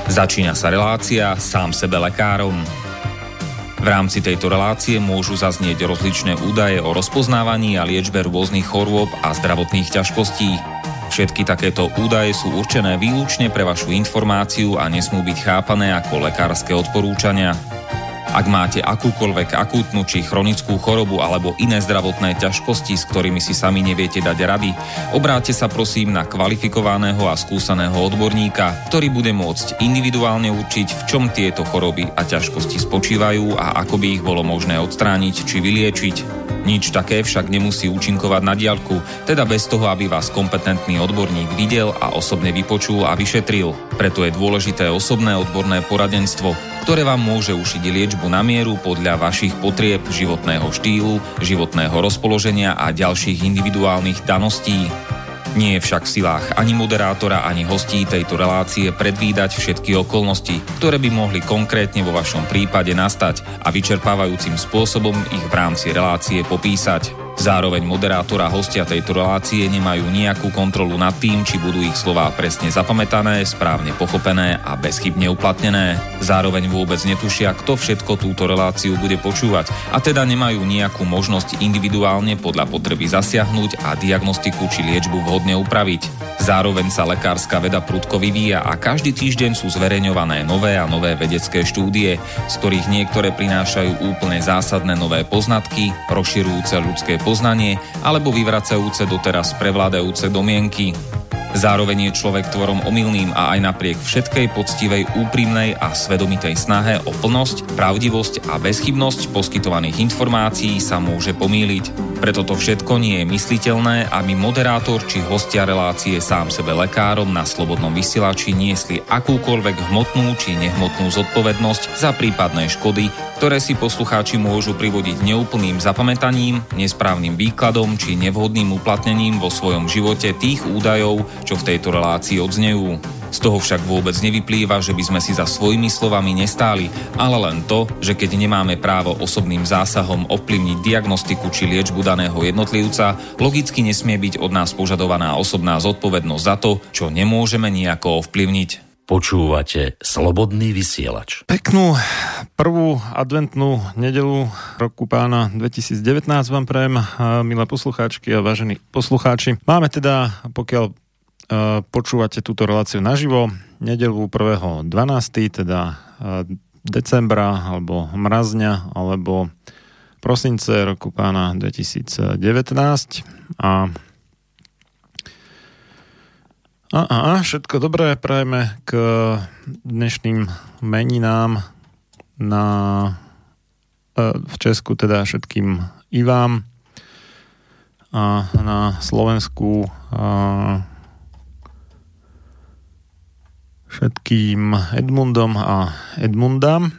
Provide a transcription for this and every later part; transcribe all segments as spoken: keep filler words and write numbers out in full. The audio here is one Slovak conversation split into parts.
Začína sa relácia Sám sebe lekárom. V rámci tejto relácie môžu zaznieť rozličné údaje o rozpoznávaní a liečbe rôznych chorôb a zdravotných ťažkostí. Všetky takéto údaje sú určené výlučne pre vašu informáciu a nesmú byť chápané ako lekárske odporúčania. Ak máte akúkoľvek akútnu či chronickú chorobu alebo iné zdravotné ťažkosti, s ktorými si sami neviete dať rady, obráťte sa prosím na kvalifikovaného a skúseného odborníka, ktorý bude môcť individuálne určiť, v čom tieto choroby a ťažkosti spočívajú a ako by ich bolo možné odstrániť či vyliečiť. Nič také však nemusí účinkovať na diaľku, teda bez toho, aby vás kompetentný odborník videl a osobne vypočul a vyšetril. Preto je dôležité osobné odborné poradenstvo, ktoré vám môže ušiť liečbu na mieru podľa vašich potrieb, životného štýlu, životného rozpoloženia a ďalších individuálnych daností. Nie je však v silách ani moderátora, ani hostí tejto relácie predvídať všetky okolnosti, ktoré by mohli konkrétne vo vašom prípade nastať a vyčerpávajúcim spôsobom ich v rámci relácie popísať. Zároveň moderátor a hostia tejto relácie nemajú nejakú kontrolu nad tým, či budú ich slová presne zapamätané, správne pochopené a bezchybne uplatnené. Zároveň vôbec netušia, kto všetko túto reláciu bude počúvať a teda nemajú nejakú možnosť individuálne podľa potreby zasiahnuť a diagnostiku či liečbu vhodne upraviť. Zároveň sa lekárska veda prudko vyvíja a každý týždeň sú zverejňované nové a nové vedecké štúdie, z ktorých niektoré prinášajú úplne zásadné nové poznatky, rozširujúce ľudské poznanie alebo vyvracajúce doteraz prevládajúce domienky. Zároveň je človek tvorom omylným a aj napriek všetkej poctivej, úprimnej a svedomitej snahe o plnosť, pravdivosť a bezchybnosť poskytovaných informácií sa môže pomýliť. Preto to všetko nie je mysliteľné, aby moderátor či hostia relácie Sám sebe lekárom na slobodnom vysielači niesli akúkoľvek hmotnú či nehmotnú zodpovednosť za prípadné škody, ktoré si poslucháči môžu privodiť neúplným zapamätaním, nesprávnym výkladom či nevhodným uplatnením vo svojom živote tých údajov, čo v tejto relácii odznejú. Z toho však vôbec nevyplýva, že by sme si za svojimi slovami nestáli, ale len to, že keď nemáme právo osobným zásahom ovplyvniť diagnostiku či liečbu daného jednotlivca, logicky nesmie byť od nás požadovaná osobná zodpovednosť za to, čo nemôžeme nejako ovplyvniť. Počúvate Slobodný vysielač. Peknú prvú adventnú nedeľu roku pána dvetisícdevätnásť vám prajem, milé poslucháčky a vážení poslucháči. Máme teda, pokiaľ uh, počúvate túto reláciu naživo, nedeľu prvého dvanásteho teda uh, decembra, alebo mrazňa, alebo prosince roku pána dvetisícdevätnásť a A, a, a všetko dobré prajeme k dnešným meninám na, v Česku, teda všetkým Ivám a na Slovensku a všetkým Edmundom a Edmundám.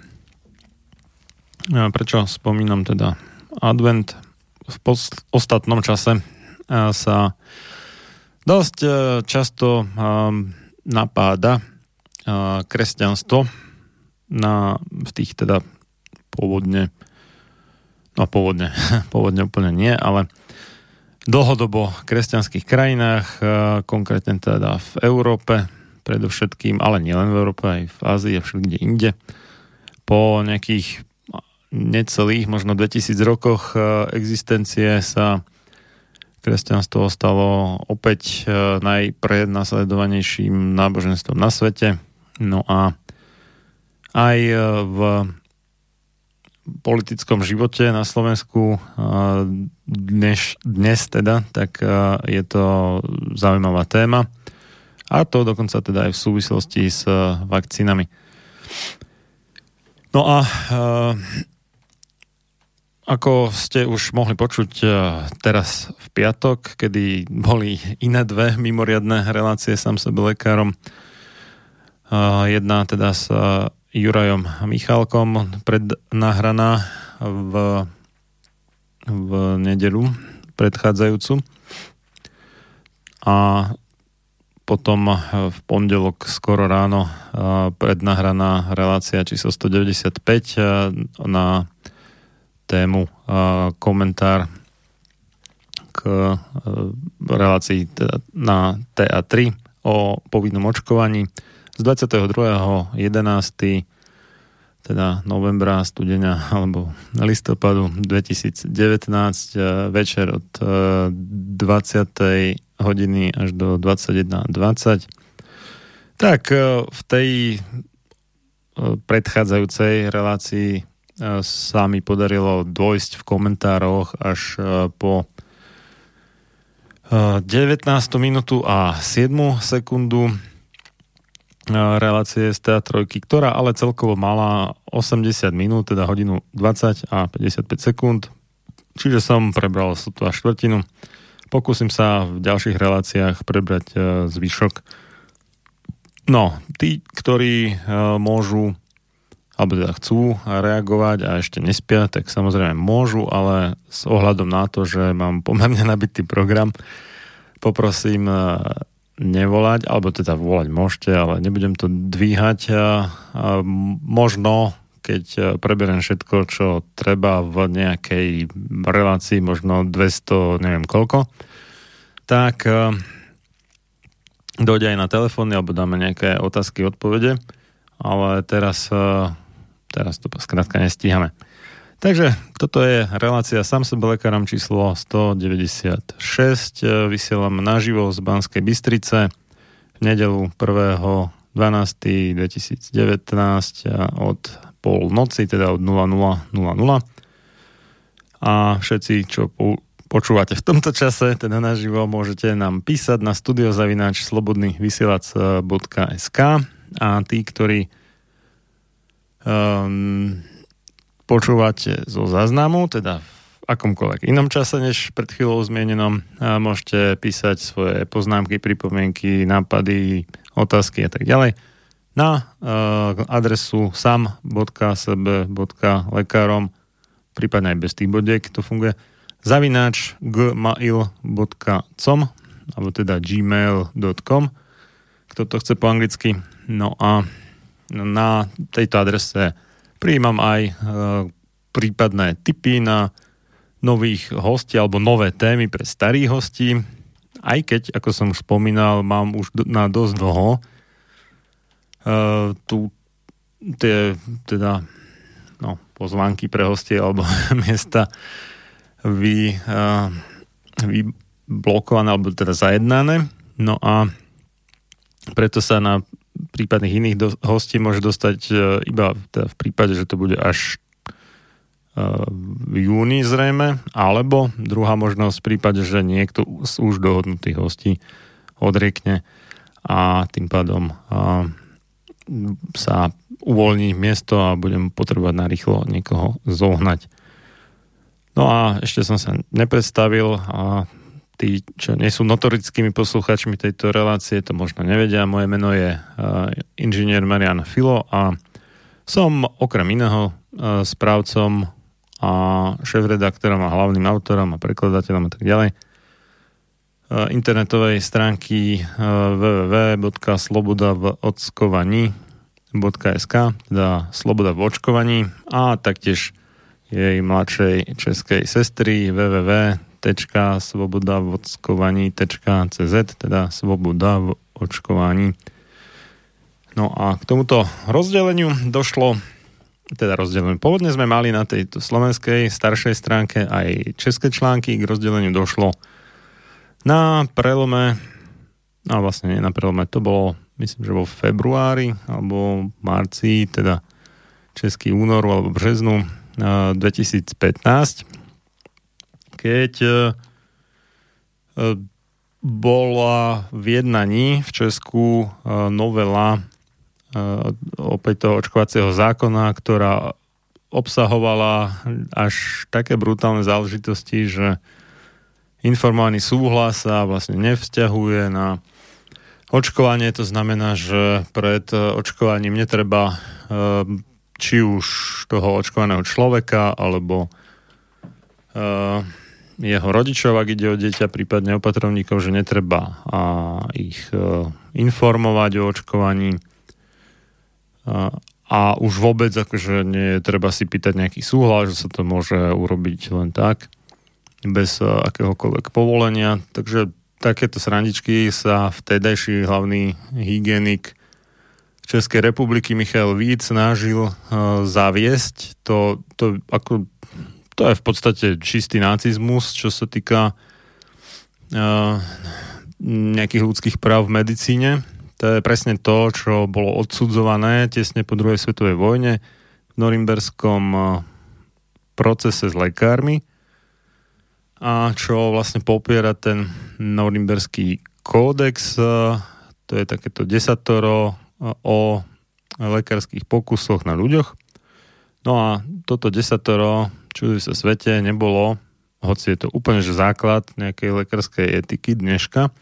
A prečo spomínam teda advent? V post- ostatnom čase sa dosť často napáda kresťanstvo na, v tých teda pôvodne, no pôvodne, pôvodne úplne nie, ale dlhodobo kresťanských krajinách, konkrétne teda v Európe, predovšetkým, ale nielen v Európe, aj v Ázii a všade inde. Po nejakých necelých, možno dvetisíc rokoch existencie sa kresťanstvo stalo opäť najprenasledovanejším náboženstvom na svete. No a aj v politickom živote na Slovensku dnes, dnes teda, tak je to zaujímavá téma. A to dokonca teda aj v súvislosti s vakcínami. No a ako ste už mohli počuť teraz v piatok, kedy boli iné dve mimoriadne relácie Sám sebe lekárom. Jedna teda s Jurajom Michálkom prednahraná v, v nedeľu predchádzajúcu. A potom v pondelok skoro ráno prednahraná relácia číslo stodeväťdesiatpäť na tému uh, komentár k uh, relácii teda na té á tri o povinnom očkovaní z dvadsiateho druhého jedenásteho teda novembra, studenia alebo listopadu dvetisícdevätnásť večer od dvadsiatej hodiny až do dvadsaťjeden dvadsať. Tak v tej predchádzajúcej relácii sa mi podarilo dôjsť v komentároch až po devätnástu minútu a siedmu sekundu relácie z té á tri, ktorá ale celkovo mala osemdesiat minút, teda hodinu dvadsať a päťdesiatpäť sekúnd. Čiže som prebral tú štvrtinu. Pokúsim sa v ďalších reláciách prebrať zvyšok. No, tí, ktorí môžu alebo teda chcú reagovať a ešte nespia, tak samozrejme môžu, ale s ohľadom na to, že mám pomerne nabitý program, poprosím nevolať, alebo teda volať môžete, ale nebudem to dvíhať. Možno, keď preberiem všetko, čo treba v nejakej relácii, možno dvesto, neviem koľko, tak dojde aj na telefóny, alebo dáme nejaké otázky, odpovede, ale teraz Teraz to skrátka nestíhame. Takže toto je relácia Sám sebe lekárom číslo stodeväťdesiatšesť. Vysielam naživo z Banskej Bystrice v nedeľu prvého dvanásteho dvetisícdevätnásť od polnoci, teda od nula nula nula nula. A všetci, čo počúvate v tomto čase, teda naživo, môžete nám písať na studiozavináč slobodný vysielač bodka es ká a tí, ktorí Um, počúvate zo záznamu, teda v akomkoľvek inom čase, než pred chvíľou zmienenom, a môžete písať svoje poznámky, pripomienky, nápady, otázky a tak ďalej na uh, adresu sam bodka sebe bodka lekárom, prípadne aj bez tých bodiek to funguje, zavináč gmail bodka com alebo teda gmail bodka com, kto to chce po anglicky. No a na tejto adrese prijímam aj e, prípadné tipy na nových hostí alebo nové témy pre starých hostí. Aj keď, ako som už spomínal, mám už do, na dosť dlho e, tu tie teda no, pozvánky pre hostie alebo miesta vy, e, vyblokované alebo teda zajednané. No a preto sa na prípadných iných do- hostí môže dostať e, iba teda v prípade, že to bude až e, v júni zrejme, alebo druhá možnosť v prípade, že niekto z už dohodnutých hostí odriekne a tým pádom e, sa uvoľní miesto a budem potrebovať narýchlo niekoho zohnať. No a ešte som sa nepredstavil a tí, čo nie sú notorickými poslucháčmi tejto relácie, to možno nevedia. Moje meno je uh, inžinier Marián Filo a som okrem iného uh, správcom a šéfredaktorom a hlavným autorom a prekladateľom a tak ďalej uh, internetovej stránky uh, w w w bodka sloboda v očkovaní bodka es ká, teda Sloboda v očkovaní, a taktiež jej mladšej českej sestry w w w sloboda v očkovaní bodka c z, teda Sloboda v očkovaní. No a k tomuto rozdeleniu došlo, teda rozdeleniu, pôvodne sme mali na tejto slovenskej staršej stránke aj české články, k rozdeleniu došlo na prelome, a vlastne nie na prelome, to bolo, myslím, že vo februári alebo marci, teda český únoru alebo březnu dvetisícpätnásť, keď bola v jednaní v Česku novela opäť toho očkovacieho zákona, ktorá obsahovala až také brutálne záležitosti, že informovaný súhlas sa vlastne nevzťahuje na očkovanie. To znamená, že pred očkovaním netreba či už toho očkovaného človeka alebo jeho rodičov, ak ide o dieťa, prípadne opatrovníkov, že netreba a ich informovať o očkovaní a, a už vôbec akože nie treba si pýtať nejaký súhlas, že sa to môže urobiť len tak bez akéhokoľvek povolenia. Takže takéto srandičky sa vtedajší hlavný hygienik Českej republiky Michal Vít snažil uh, zaviesť. To, to, ako, to je v podstate čistý nacizmus, čo sa týka uh, nejakých ľudských práv v medicíne. To je presne to, čo bolo odsudzované tesne po druhej svetovej vojne v norimberskom uh, procese s lekármi a čo vlastne popiera ten norimberský kódex. Uh, to je takéto desatoro o lekárskych pokusoch na ľuďoch. No a toto desatoro, čuduj sa svete, nebolo, hoci je to úplne že základ nejakej lekárskej etiky dneška,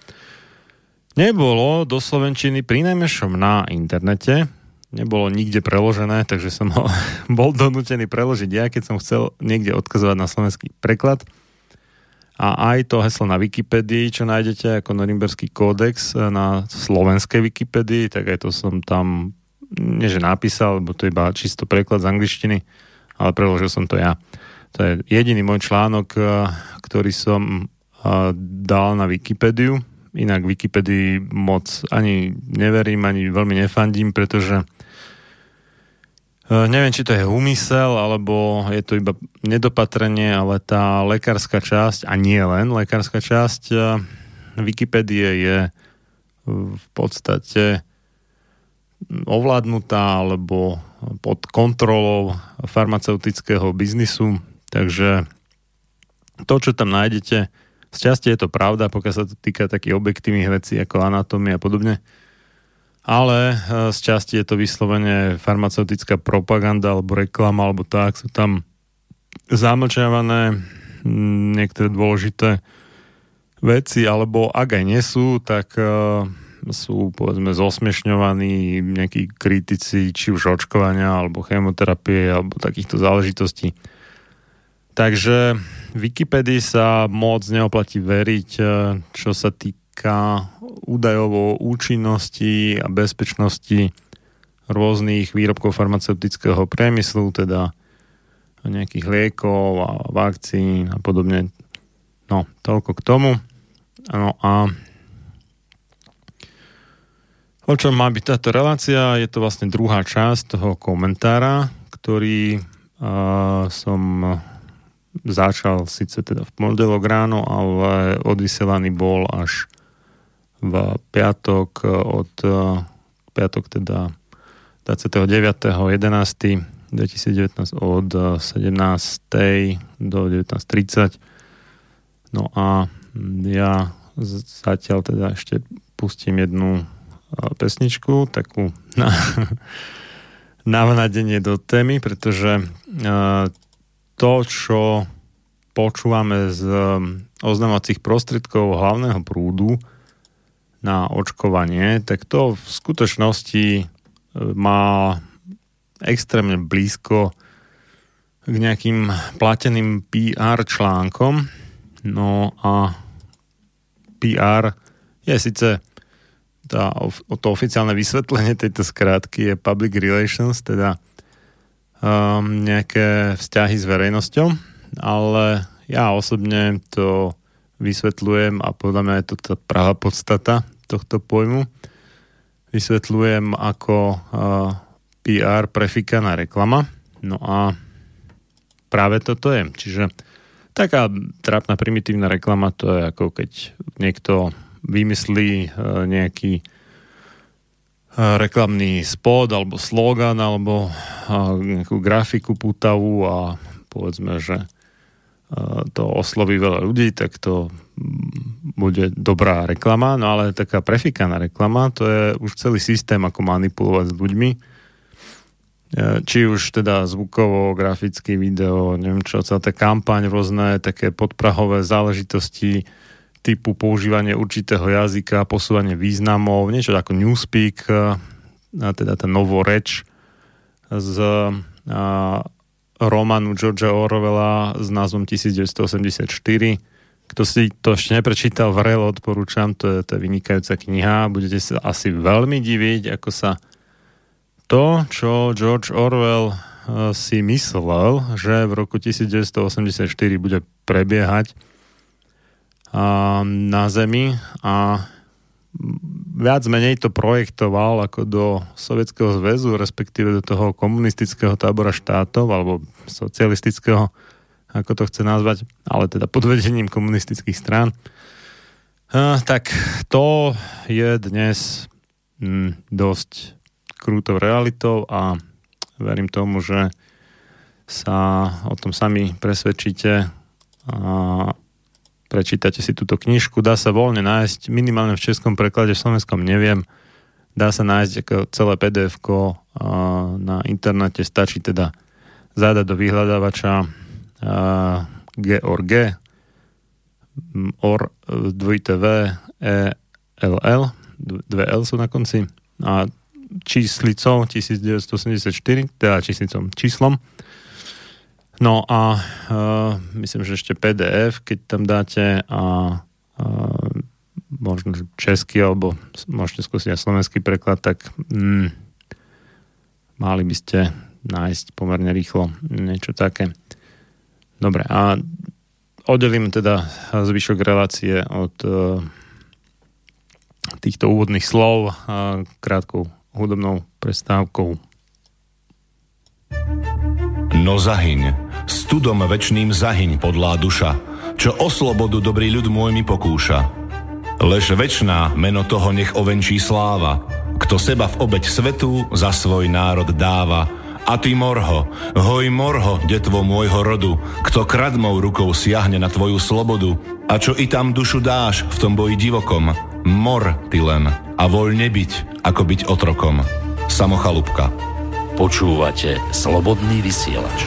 nebolo do slovenčiny prinajmenšom na internete, nebolo nikde preložené, takže som ho bol donútený preložiť ja, keď som chcel niekde odkazovať na slovenský preklad. A aj to heslo na Wikipedii, čo nájdete ako norimberský kódex na slovenskej Wikipedii, tak aj to som tam, nie že napísal, lebo to je iba čisto preklad z angličtiny, ale preložil som to ja. To je jediný môj článok, ktorý som dal na Wikipédiu. Inak Wikipedii moc ani neverím, ani veľmi nefandím, pretože neviem, či to je úmysel, alebo je to iba nedopatrenie, ale tá lekárska časť, a nie len lekárska časť Wikipédie je v podstate ovládnutá alebo pod kontrolou farmaceutického biznisu. Takže to, čo tam nájdete, z časti je to pravda, pokiaľ sa to týka takých objektívnych vecí ako anatómia a podobne, ale z časti je to vyslovene farmaceutická propaganda alebo reklama, alebo tak, sú tam zamlčiavané niektoré dôležité veci, alebo ak aj nie sú, tak uh, sú povedzme zosmiešňovaní nejakí kritici, či už očkovania, alebo chemoterapie, alebo takýchto záležitostí. Takže Wikipedii sa moc neoplatí veriť, čo sa týka údajov o účinnosti a bezpečnosti rôznych výrobkov farmaceutického priemyslu, teda nejakých liekov a vakcín a podobne. No, toľko k tomu. No a o čom má byť táto relácia? Je to vlastne druhá časť toho komentára, ktorý uh, som začal síce teda v pondelok ráno, ale odvysielaný bol až v piatok od piatok teda dvadsiateho deviateho jedenásteho dvetisícdevätnásť od sedemnástej do devätnásť tridsať. No a ja zatiaľ teda ešte pustím jednu pesničku, takú na, navnadenie do témy, pretože to, čo počúvame z oznamovacích prostriedkov hlavného prúdu na očkovanie, tak to v skutočnosti má extrémne blízko k nejakým plateným pé er článkom. No a pé er je síce tá, to oficiálne vysvetlenie tejto skrátky je public relations, teda um, nejaké vzťahy s verejnosťou, ale ja osobne to vysvetľujem a podľa mňa je to tá pravá podstata tohto pojmu. Vysvetľujem ako uh, pé er prefikaná reklama. No a práve toto je. Čiže taká trápna primitívna reklama, to je ako keď niekto vymyslí uh, nejaký uh, reklamný spot alebo slogan alebo uh, nejakú grafiku pútavú a povedzme, že to osloví veľa ľudí, tak to bude dobrá reklama, no ale taká prefikaná reklama, to je už celý systém, ako manipulovať s ľuďmi. Či už teda zvukovo, graficky, video, neviem čo, celá tá kampaň, rôzne také podprahové záležitosti typu používanie určitého jazyka, posúvanie významov, niečo ako Newspeak, a teda tá novoreč z a, románu Georgea Orwella s názvom devätnásťstoosemdesiatštyri. Kto si to ešte neprečítal, vrelo odporúčam, to je, to je vynikajúca kniha. Budete sa asi veľmi diviť, ako sa to, čo George Orwell uh, si myslel, že v roku devätnásťstoosemdesiatštyri bude prebiehať uh, na Zemi a viac menej to projektoval ako do Sovietskeho zväzu, respektíve do toho komunistického tábora štátov, alebo socialistického, ako to chce nazvať, ale teda pod vedením komunistických strán. Uh, tak to je dnes mm, dosť krútou realitou a verím tomu, že sa o tom sami presvedčíte a prečítate si túto knižku. Dá sa voľne nájsť, minimálne v českom preklade, v slovenskom neviem. Dá sa nájsť ako celé pé dé efko na internete. Stačí teda zadať do vyhľadávača George or dvojité V E L L, dve L sú na konci, a číslicou devätnásťstoosemdesiatštyri, teda číslicom, číslom. No a uh, myslím, že ešte pé dé ef, keď tam dáte, a uh, možno český, alebo môžete skúsiť aj slovenský preklad, tak mm, mali by ste nájsť pomerne rýchlo niečo také. Dobre, a oddelím teda zvyšok relácie od uh, týchto úvodných slov uh, krátkou hudobnou prestávkou. No zahyň, studom večným zahyň, podlá duša, čo o slobodu dobrý ľud môj mi pokúša. Lež večná meno toho nech ovenčí sláva, kto seba v obeť svetu za svoj národ dáva. A ty morho, hoj morho, detvo môjho rodu, kto kradmou rukou siahne na tvoju slobodu, a čo i tam dušu dáš v tom boji divokom, mor ty len a voľne byť, ako byť otrokom. Samo Chalúbka. Počúvate Slobodný vysielač.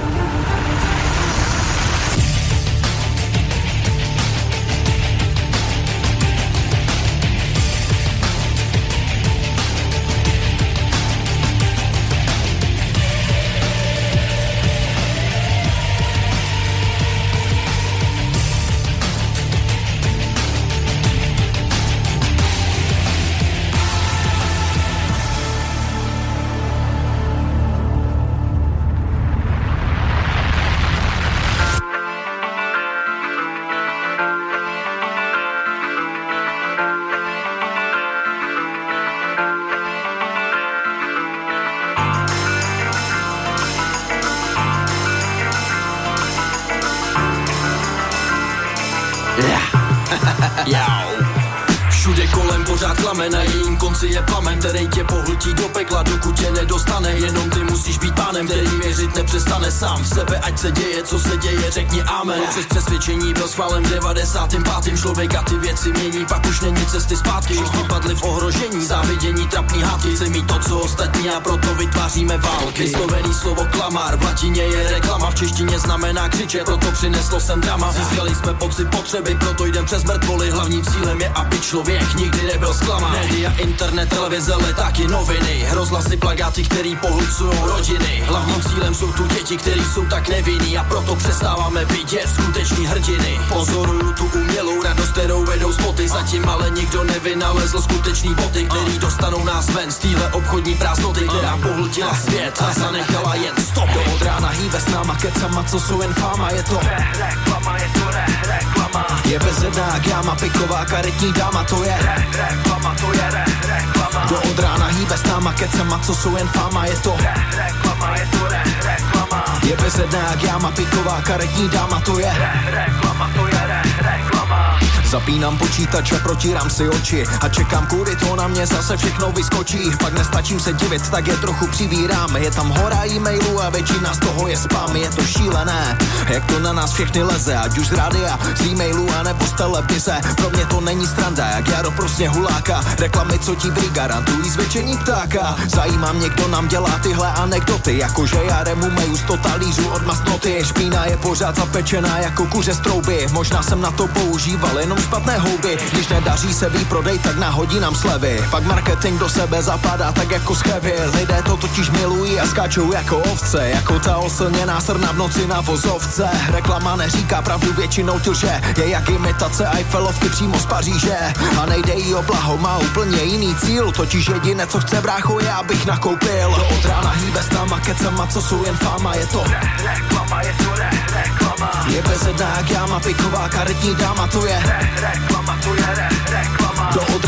Všude kolem pořád klame, na jejím konci je plamen, který tě pohltí do pekla, dokud tě nedostane. Jenom ty musíš být pánem, který věřit nepřestane sám v sebe, ať se děje, co se děje, řekni amen. Přes přesvědčení byl schválen v devadesátém pátém Člověk a ty věci mění, pak už není cesty zpátky. Všichni padli v ohrožení, závidění, trapný hádky. Chci mít to, co ostatní, a proto vytváříme války. Vyslovený slovo klamár, v latině je reklama, v češtině znamená křičet, proto přineslo sem drama. Získali jsme pocit potřeby, proto jdem přes mrtvoly. Hlavním cílem je, aby člověk nikdy nebyl zklamán. Média, internet, televize, letáky, noviny, rozhlasy, plagáty, který pohlcují rodiny. Hlavním cílem jsou tu děti, který jsou tak nevinný, a proto přestáváme vidět skuteční hrdiny. Pozoruju tu umělou radost, kterou vedou spoty, zatím ale nikdo nevynalezl skutečný boty, který dostanou nás ven z téhle obchodní prázdnoty, která pohltila svět a zanechala jen stopy. Od rána hýbe s náma kecama, co jsou jen fáma, je to re, reklama, je to re, reklama. Je bezedná gáma, piková karetní dáma, to je re, reklama, to je re, reklama. Kdo od rána hýbe s náma kecama, co jsou jen fáma, je to re, reklama, je to re, reklama. Je bezedná gáma, piková karetní dáma, to je re, reklama, to je re, reklama. Zapínám počítač a protírám si oči a čekám, kudy to na mě zase všechno vyskočí. Pak nestačím se divit, tak je trochu přivírám. Je tam hora e-mailů a většina z toho je spam. Je to šílené, jak to na nás všechny leze, ať už z rádia, z e-mailů a nebo z televize. Pro mě to není stranda, jak jaro prostě huláka. Reklamy, co ti prý garantují zvětšení ptáka. Zajímá mě, kdo nám dělá tyhle anekdoty, jakože já remu meju sto talířů od masnoty. Špína je pořád zapečená jako kuře z trouby. Možná jsem na to používal jenom špatné houby. Když nedaří se výprodej, tak nahodí nám slevy. Pak marketing do sebe zapadá tak jako schevy. Lidé to totiž milují a skáčou jako ovce, jako ta oslněná srna v noci na vozovce. Reklama neříká pravdu, většinou ti lže, je jak imitace Eiffelovky přímo z Paříže. A nejde jí o blaho, má úplně jiný cíl, totiž jediné, co chce brácho, je, abych nakoupil. To od rána hýbe s náma kecama, co jsou jen fáma, je to re, reklama, je to re, reklama. Je bezedná gáma, piková karetní dáma, to je re, reklama, to je re, reklama. Do od rána hýbe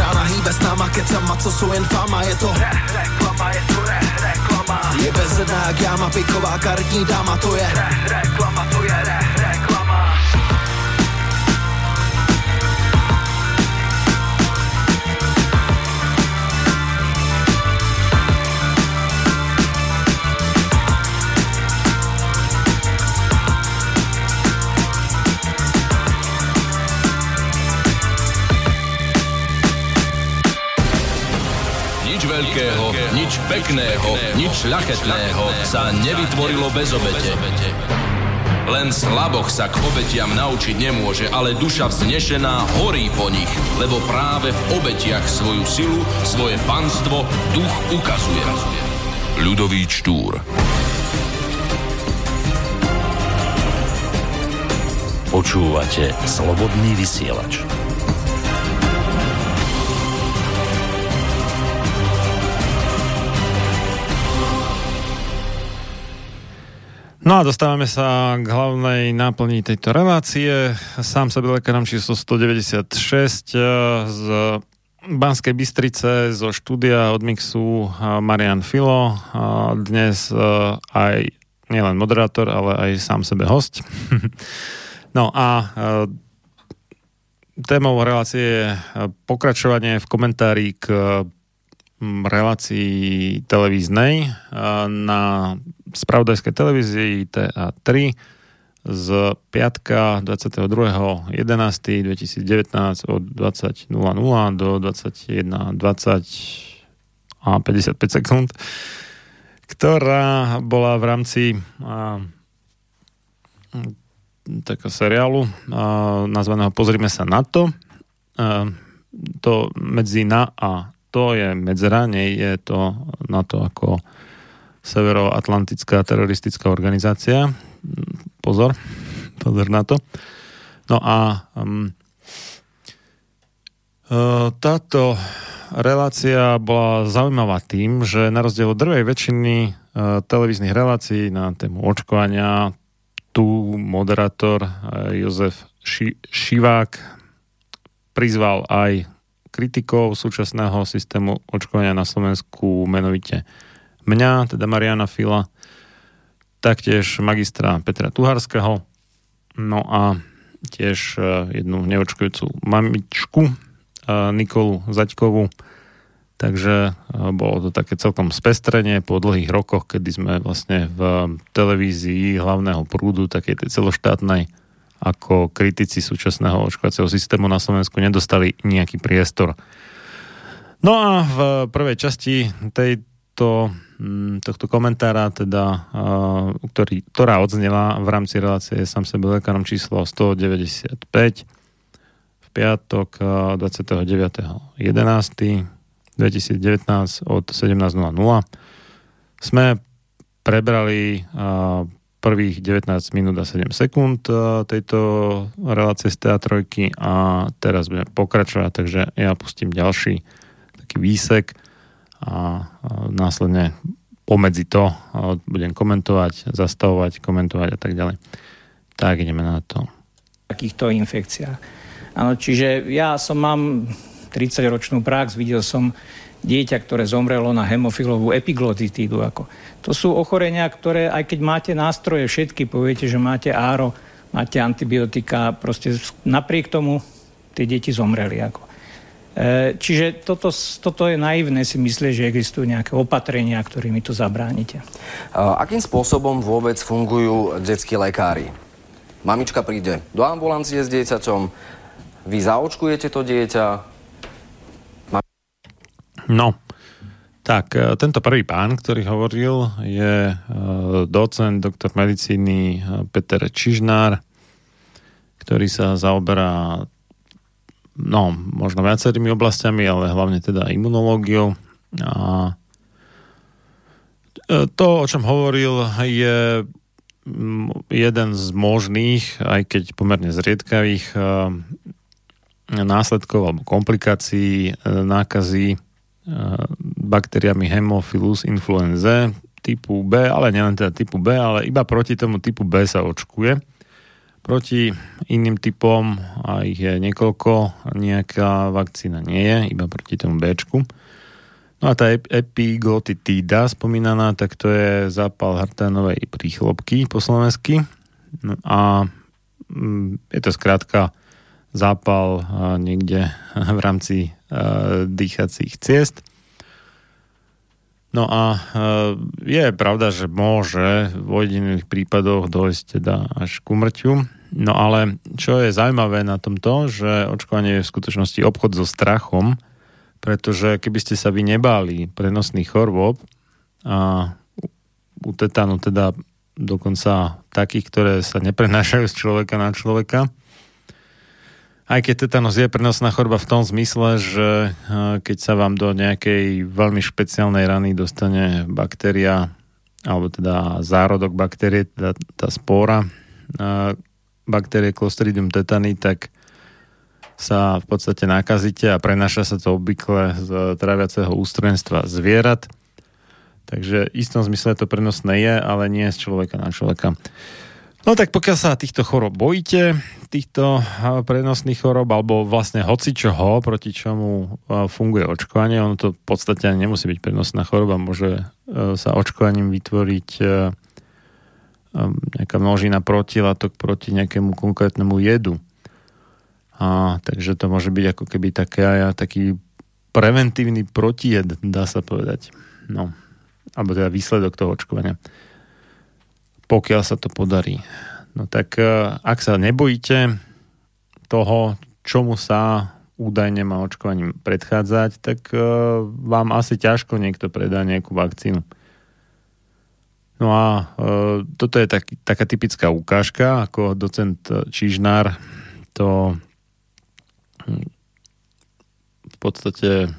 nebe s náma kecama, co jsou jen fama. Je to re, reklama, je to re, reklama. Je bezedná jak jáma, piková karetní dáma. To je re, reklama, to je re, reklama. Nič veľkého, nič pekného, nič šľachetného sa nevytvorilo bez obete. Len slaboch sa k obetiam naučiť nemôže, ale duša vznešená horí po nich, lebo práve v obetiach svoju silu, svoje panstvo duch ukazuje. Ľudový Štúr. Počúvate Slobodný vysielač. No a dostávame sa k hlavnej náplni tejto relácie. Sám sebe lekárom číslo stodeväťdesiatšesť z Banskej Bystrice, zo štúdia od Mixu Marián Filo. Dnes aj nielen moderátor, ale aj sám sebe hosť. No a témou relácie je pokračovanie v komentári k relácii televíznej na spravodajskej televízii té á tri z piatka dvadsiateho druhého jedenásteho dvetisícdevätnásť od dvadsať nula nula do dvadsaťjeden dvadsať a päťdesiatpäť sekúnd, ktorá bola v rámci a, takého seriálu a, nazvaného Pozrime sa na to. A, to medzi na a to je medzera, nie je to na to ako severoatlantická teroristická organizácia. Pozor, pozor na to. No a um, táto relácia bola zaujímavá tým, že na rozdiel od drvej väčšiny uh, televíznych relácií na tému očkovania tu moderátor uh, Jozef Ši- Šivák prizval aj kritikov súčasného systému očkovania na Slovensku, menovite mňa, teda Mariána Fila, taktiež magistra Petra Tuharského, no a tiež jednu neočkujúcu mamičku Nikolu Zaďkovú. Takže bolo to také celkom spestrenie po dlhých rokoch, kedy sme vlastne v televízii hlavného prúdu, takej tej celoštátnej, ako kritici súčasného očkovacieho systému na Slovensku nedostali nejaký priestor. No a v prvej časti tejto, tohto komentára, teda, ktorý, ktorá odznela v rámci relácie Sám sebe lekárom číslo stodeväťdesiatpäť v piatok dvadsiateho deviateho jedenásteho dvetisícdevätnásť od sedemnásť nula nula sme prebrali prvých devätnásť minút a sedem sekúnd tejto relácie z té á tri a teraz budeme pokračovať, takže ja pustím ďalší taký výsek a následne pomedzi to budem komentovať, zastavovať, komentovať a tak ďalej. Tak ideme na to. Takýchto infekciách. Áno, čiže ja som mám tridsaťročnú prax, videl som dieťa, ktoré zomrelo na hemofilovú epiglotitídu. Ako. To sú ochorenia, ktoré, aj keď máte nástroje všetky, poviete, že máte áro, máte antibiotika, proste napriek tomu tie deti zomreli. Ako. E, čiže toto, toto je naivné si myslieť, že existujú nejaké opatrenia, ktorými to zabránite. Akým spôsobom vôbec fungujú detskí lekári? Mamička príde do ambulancie s dieťaťom, vy zaočkujete to dieťa. No, tak tento prvý pán, ktorý hovoril, je docent, doktor medicíny Peter Čižnár, ktorý sa zaoberá no, možno viacerými oblastiami, ale hlavne teda imunológiou. A to, o čom hovoril, je jeden z možných, aj keď pomerne zriedkavých následkov alebo komplikácií nákazy baktériami Haemophilus influenzae typu B, ale nielen teda typu B, ale iba proti tomu typu B sa očkuje. Proti iným typom, a ich je niekoľko, nejaká vakcína nie je, iba proti tomu Bčku. No a tá epiglotitída spomínaná, tak to je zápal hrtanovej príchlopky po slovensky. No a je to skrátka zápal niekde v rámci dýchacích ciest. No a je pravda, že môže v ojedinelých prípadoch dojsť teda až k úmrtiu. No ale čo je zaujímavé na tomto, že očkovanie je v skutočnosti obchod so strachom, pretože keby ste sa vy nebáli prenosných chorôb a u tetánu teda dokonca takých, ktoré sa neprenášajú z človeka na človeka, aj keď tetanus je prenosná choroba v tom zmysle, že keď sa vám do nejakej veľmi špeciálnej rany dostane baktéria, alebo teda zárodok baktérie, teda tá spóra baktérie Clostridium tetani, tak sa v podstate nakazíte a prenáša sa to obvykle z tráviaceho ústrojenstva zvierat. Takže v istom zmysle to prenosné je, ale nie z človeka na človeka. No tak pokiaľ sa týchto chorób bojíte, týchto prenosných chorób, alebo vlastne hocičoho, proti čomu funguje očkovanie, ono to v podstate nemusí byť prenosná choroba, môže sa očkovaním vytvoriť nejaká množina protilátok proti nejakému konkrétnemu jedu. A, takže to môže byť ako keby také, taký preventívny protijed, dá sa povedať. No, alebo teda výsledok toho očkovania. Pokiaľ sa to podarí. No tak ak sa nebojíte toho, čomu sa údajne má očkovaním predchádzať, tak vám asi ťažko niekto predá nejakú vakcínu. No a e, toto je tak, taká typická ukážka, ako docent Čižnár to v podstate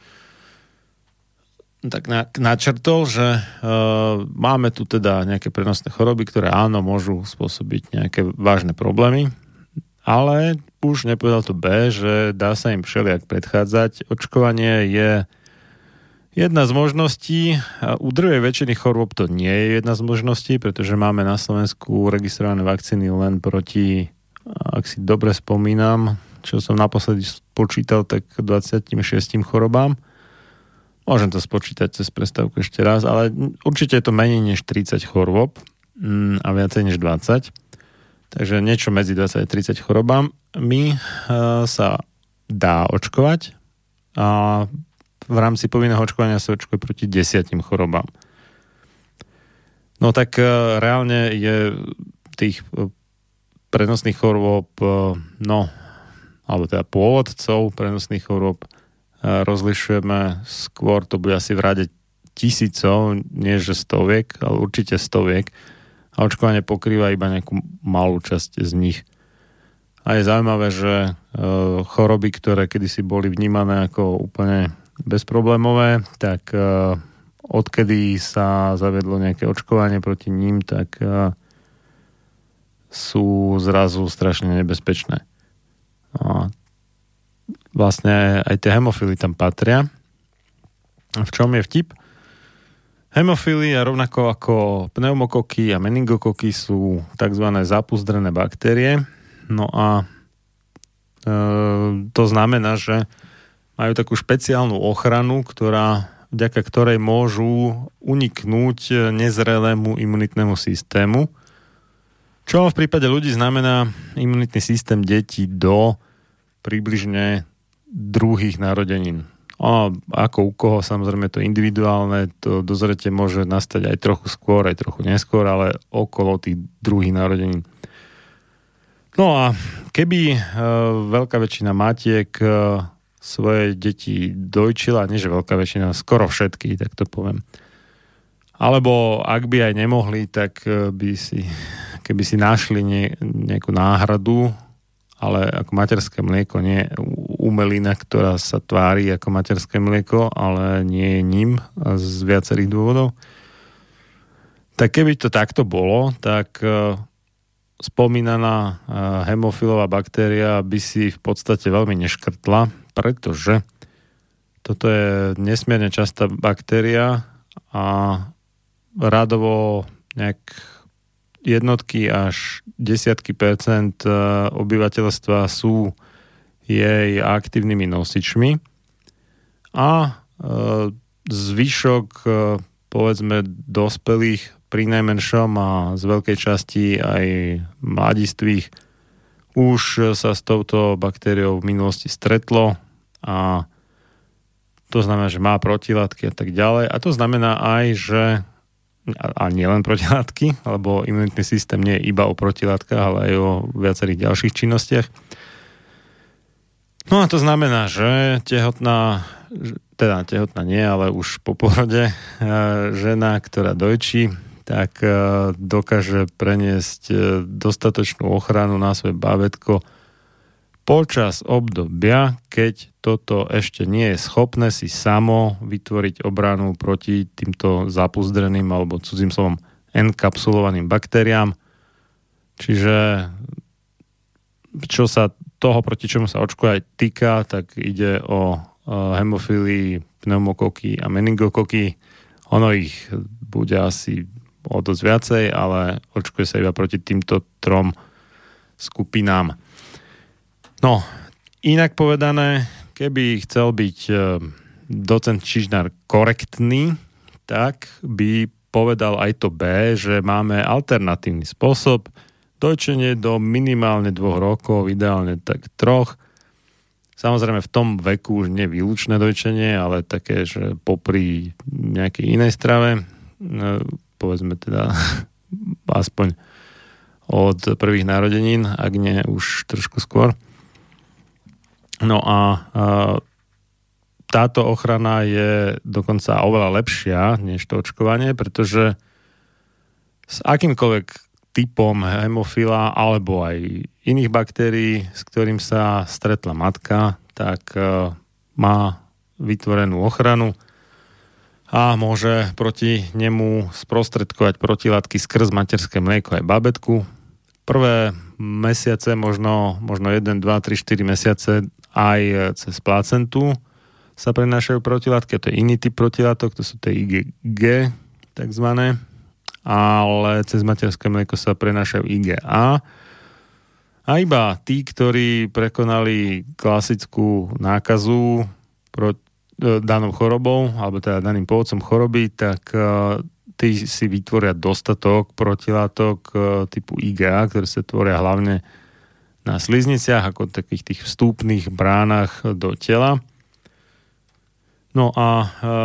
tak na, načrtol, že e, máme tu teda nejaké prenosné choroby, ktoré áno, môžu spôsobiť nejaké vážne problémy, ale už nepovedal to B, že dá sa im všelijak predchádzať. Očkovanie je jedna z možností, a u druhej väčšiny chorôb to nie je jedna z možností, pretože máme na Slovensku registrované vakcíny len proti, ak si dobre spomínam, čo som naposledy spočítal, tak dvadsaťšesť chorobám. Môžem to spočítať cez prestávku ešte raz, ale určite je to menej než tridsať chorôb a viacej než dvadsať. Takže niečo medzi dvadsať a tridsať chorobám mi sa dá očkovať a v rámci povinného očkovania sa očkuje proti desiatim chorobám. No tak reálne je tých prenosných chorôb, no, alebo teda pôvodcov prenosných chorôb rozlišujeme skôr, to bude asi v rade tisícov, nie že stoviek, ale určite stoviek. A očkovanie pokrýva iba nejakú malú časť z nich. A je zaujímavé, že choroby, ktoré kedysi boli vnímané ako úplne bezproblémové, tak uh, odkedy sa zavedlo nejaké očkovanie proti ním, tak uh, sú zrazu strašne nebezpečné. A vlastne aj tie hemofily tam patria. V čom je vtip? Hemofily a rovnako ako pneumokoky a meningokoky sú tzv. Zapuzdrené baktérie. No a uh, to znamená, že majú takú špeciálnu ochranu, ktorá, vďaka ktorej môžu uniknúť nezrelému imunitnému systému. Čo v prípade ľudí znamená imunitný systém detí do približne druhých narodenín. Ono, ako u koho, samozrejme to individuálne, to dozretie môže nastať aj trochu skôr, aj trochu neskôr, ale okolo tých druhých narodenín. No a keby e, veľká väčšina matiek e, svoje deti dojčila, nie že veľká väčšina, skoro všetky, tak to poviem. Alebo ak by aj nemohli, tak by si, keby si našli nie, nejakú náhradu, ale ako materské mlieko, nie umelina, ktorá sa tvári ako materské mlieko, ale nie je ním z viacerých dôvodov. Tak keby to takto bolo, tak spomínaná hemofilová baktéria by si v podstate veľmi neškrtla, pretože toto je nesmierne častá baktéria a radovo nejak jednotky až desiatky percent obyvateľstva sú jej aktívnymi nosičmi a zvyšok, povedzme, dospelých pri najmenšom a z veľkej časti aj mladistvých už sa s touto baktériou v minulosti stretlo a to znamená, že má protilátky a tak ďalej. A to znamená aj, že a nie len protilátky, lebo imunitný systém nie je iba o protilátkach, ale aj o viacerých ďalších činnostiach. No a to znamená, že tehotná, teda tehotná nie, ale už po porode žena, ktorá dojčí, tak dokáže preniesť dostatočnú ochranu na svoje bábätko počas obdobia, keď toto ešte nie je schopné si samo vytvoriť obranu proti týmto zapuzdreným alebo cudzým slovom enkapsulovaným baktériám. Čiže čo sa toho, proti čomu sa očko aj týka, tak ide o hemofílii, pneumokoky a meningokoky. Ono ich bude asi o dosť viacej, ale očkuje sa iba proti týmto trom skupinám. No, inak povedané, keby chcel byť docent Čižnár korektný, tak by povedal aj to B, že máme alternatívny spôsob, dojčenie do minimálne dvoch rokov, ideálne tak troch. Samozrejme v tom veku už nie výlučné dojčenie, ale také, že popri nejakej inej strave, povedzme teda aspoň od prvých narodenín, ak nie už trošku skôr. No a, a táto ochrana je dokonca oveľa lepšia než to očkovanie, pretože s akýmkoľvek typom hemofila alebo aj iných baktérií, s ktorým sa stretla matka, tak a, má vytvorenú ochranu a môže proti nemu sprostredkovať protilátky skrz materské mlieko aj bábätku. Prvé mesiace, možno, možno jeden, dva, tri, štyri mesiace aj cez placentu sa prenášajú protilátky, to je iný typ protilátok, to sú tie í gé gé takzvané, ale cez materské mlieko sa prenášajú í gé á a iba tí, ktorí prekonali klasickú nákazu pro, danou chorobou, alebo teda daným pôvodcom choroby, tak tí si vytvoria dostatok protilátok typu í gé á, ktoré sa tvoria hlavne na slizniciach, ako takých tých vstupných bránach do tela. No a e,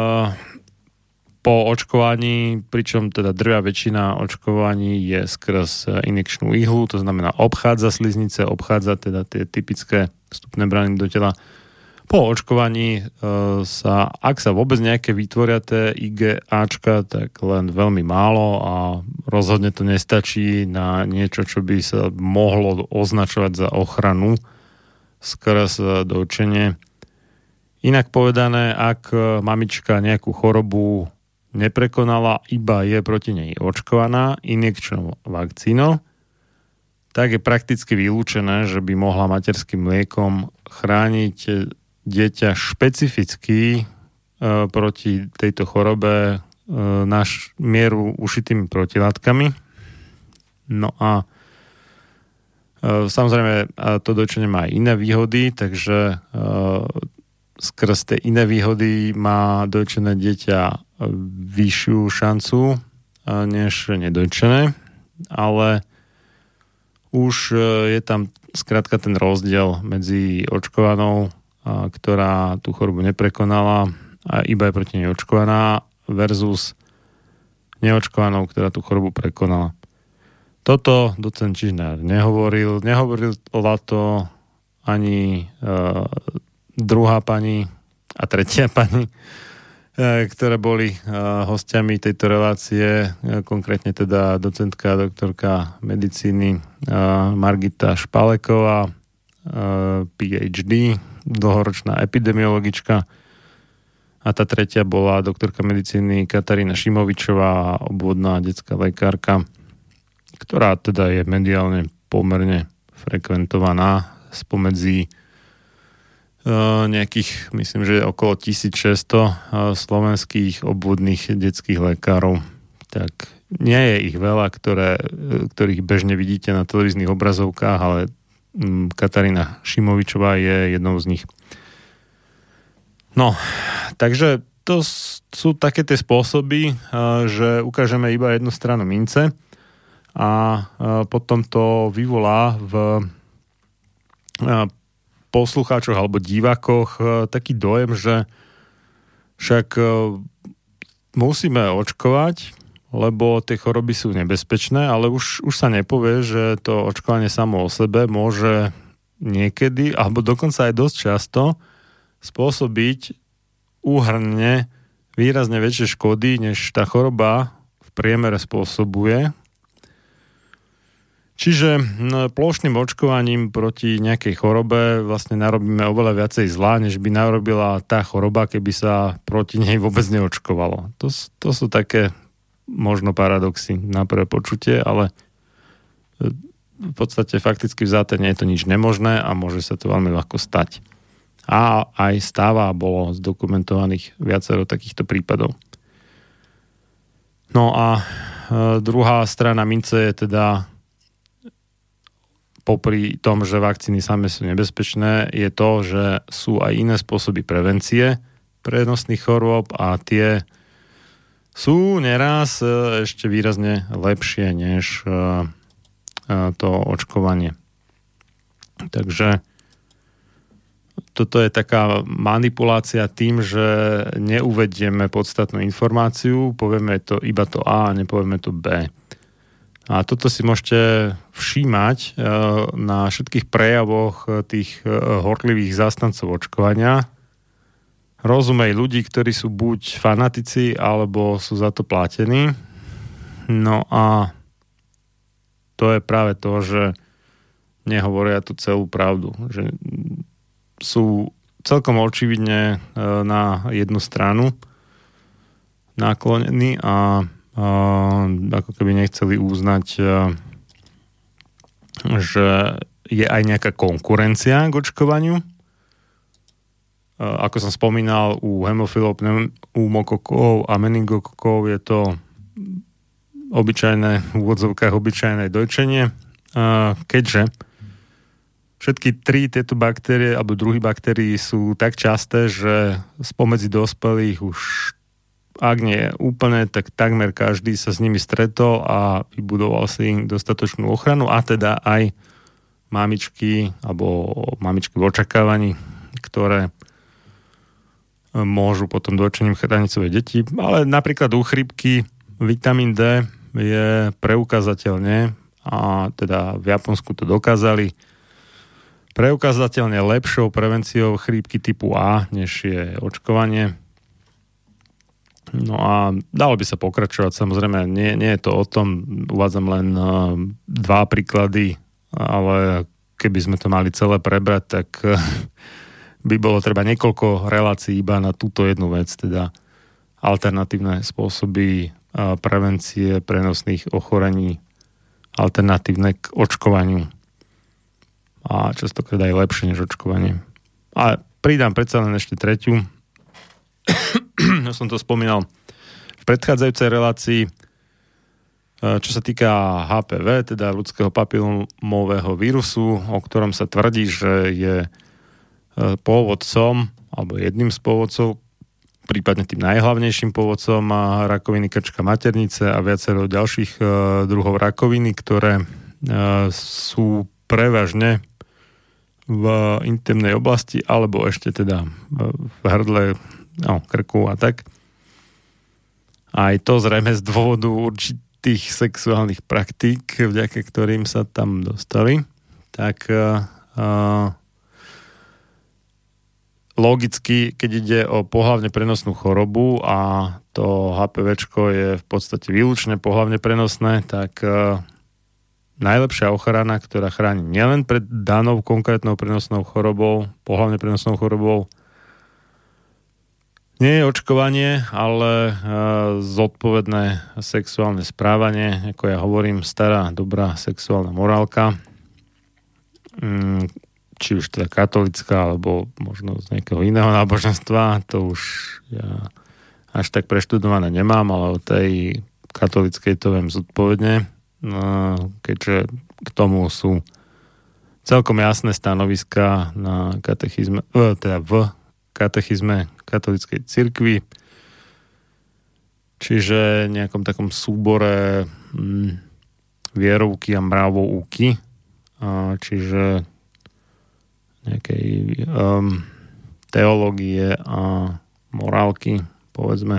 po očkovaní, pričom teda drvia väčšina očkovaní je skrz injekčnú ihlu, to znamená obchádza sliznice, obchádza teda tie typické vstupné brány do tela. Po očkovaní e, sa, ak sa vôbec nejaké vytvoria tie í gé áčka, tak len veľmi málo a rozhodne to nestačí na niečo, čo by sa mohlo označovať za ochranu skrz dojčenie. Inak povedané, ak mamička nejakú chorobu neprekonala, iba je proti nej očkovaná injekčnou vakcínou, tak je prakticky vylúčené, že by mohla materským mliekom chrániť dieťa špecificky e, proti tejto chorobe e, na mieru ušitými protilátkami. No a e, samozrejme to dojčenie má aj iné výhody, takže e, skrz tie iné výhody má dojčené dieťa vyššiu šancu e, než nedojčené, ale už e, je tam skrátka ten rozdiel medzi očkovanou, ktorá tú chorobu neprekonala a iba je proti nej očkovaná versus neočkovanou, ktorá tú chorobu prekonala. Toto docent Čižnár nehovoril. Nehovoril to ani uh, druhá pani a tretia pani, uh, ktoré boli uh, hostiami tejto relácie, uh, konkrétne teda docentka, doktorka medicíny uh, Margita Špaleková, uh, pé há dé, dlhoročná epidemiologička, a tá tretia bola doktorka medicíny Katarína Šimovičová, obvodná detská lekárka, ktorá teda je mediálne pomerne frekventovaná spomedzi uh, nejakých, myslím, že okolo tisícšesťsto uh, slovenských obvodných detských lekárov, tak nie je ich veľa, ktoré, ktorých bežne vidíte na televíznych obrazovkách, ale Katarína Šimovičová je jednou z nich. No, takže to sú také tie spôsoby, že ukážeme iba jednu stranu mince a potom to vyvolá v poslucháčoch alebo divákoch taký dojem, že však musíme očkovať, lebo tie choroby sú nebezpečné, ale už, už sa nepovie, že to očkovanie samo o sebe môže niekedy, alebo dokonca aj dosť často spôsobiť úhrne výrazne väčšie škody, než tá choroba v priemere spôsobuje. Čiže plošným očkovaním proti nejakej chorobe vlastne narobíme oveľa viacej zla, než by narobila tá choroba, keby sa proti nej vôbec neočkovalo. To, to sú také možno paradoxy na prvé počutie, ale v podstate fakticky vzaté nie je to nič nemožné a môže sa to veľmi ľahko stať. A aj stáva, bolo zdokumentovaných viacero takýchto prípadov. No a e, druhá strana mince je teda popri tom, že vakcíny same sú nebezpečné, je to, že sú aj iné spôsoby prevencie prenosných chorôb a tie sú neraz e, ešte výrazne lepšie než e, e, to očkovanie. Takže toto je taká manipulácia tým, že neuvedieme podstatnú informáciu, povieme to iba to A a nepovieme to B. A toto si môžete všímať na všetkých prejavoch tých horlivých zástancov očkovania. Rozumej ľudí, ktorí sú buď fanatici, alebo sú za to platení. No a to je práve to, že nehovoria tú celú pravdu. Že sú celkom očividne na jednu stranu naklonení a, a ako keby nechceli uznať, že je aj nejaká konkurencia k očkovaniu. Ako som spomínal, u hemofilov, pneumokokov a meningokokov je to obyčajné, v úvodzovkách obyčajné dojčenie, keďže všetky tri tieto baktérie alebo druhy baktérií sú tak časté, že spomedzi dospelých už ak nie úplne, tak takmer každý sa s nimi stretol a vybudoval si im dostatočnú ochranu a teda aj mamičky alebo mamičky v očakávaní, ktoré môžu potom dojčením chrániť svoje deti. Ale napríklad u chrípky vitamín D je preukázateľne, a teda v Japonsku to dokázali, preukázateľne lepšou prevenciou chrípky typu A, než je očkovanie. No a dalo by sa pokračovať, samozrejme, nie, nie je to o tom, uvádzam len uh, dva príklady, ale keby sme to mali celé prebrať, tak uh, by bolo treba niekoľko relácií iba na túto jednu vec, teda alternatívne spôsoby uh, prevencie prenosných ochorení, alternatívne k očkovaniu. A častokrát aj lepšie než očkovanie. A pridám predsa len ešte tretiu. Ja som to spomínal v predchádzajúcej relácii, čo sa týka há pé vé, teda ľudského papilomového vírusu, o ktorom sa tvrdí, že je pôvodcom, alebo jedným z pôvodcov, prípadne tým najhlavnejším pôvodcom rakoviny krčka maternice a viacero ďalších druhov rakoviny, ktoré sú prevažne v intimnej oblasti, alebo ešte teda v hrdle, no, krku a tak. Aj to zrejme z dôvodu určitých sexuálnych praktík, vďaka ktorým sa tam dostali. Tak uh, logicky, keď ide o pohlavne prenosnú chorobu a to há pé véčko je v podstate výlučne pohlavne prenosné, tak uh, najlepšia ochrana, ktorá chráni nielen pred danou konkrétnou prenosnou chorobou, pohlavne prenosnou chorobou, nie je očkovanie, ale zodpovedné sexuálne správanie, ako ja hovorím, stará, dobrá sexuálna morálka, či už teda katolická, alebo možno z nejakého iného náboženstva, to už ja až tak preštudované nemám, ale o tej katolíckej to viem zodpovedne, keďže k tomu sú celkom jasné stanoviská na katechizme, teda v katechizme katolíckej cirkvi, čiže nejakom takom súbore hm, vierovky a mravovúky, čiže nejakej um, teológie a morálky, povedzme.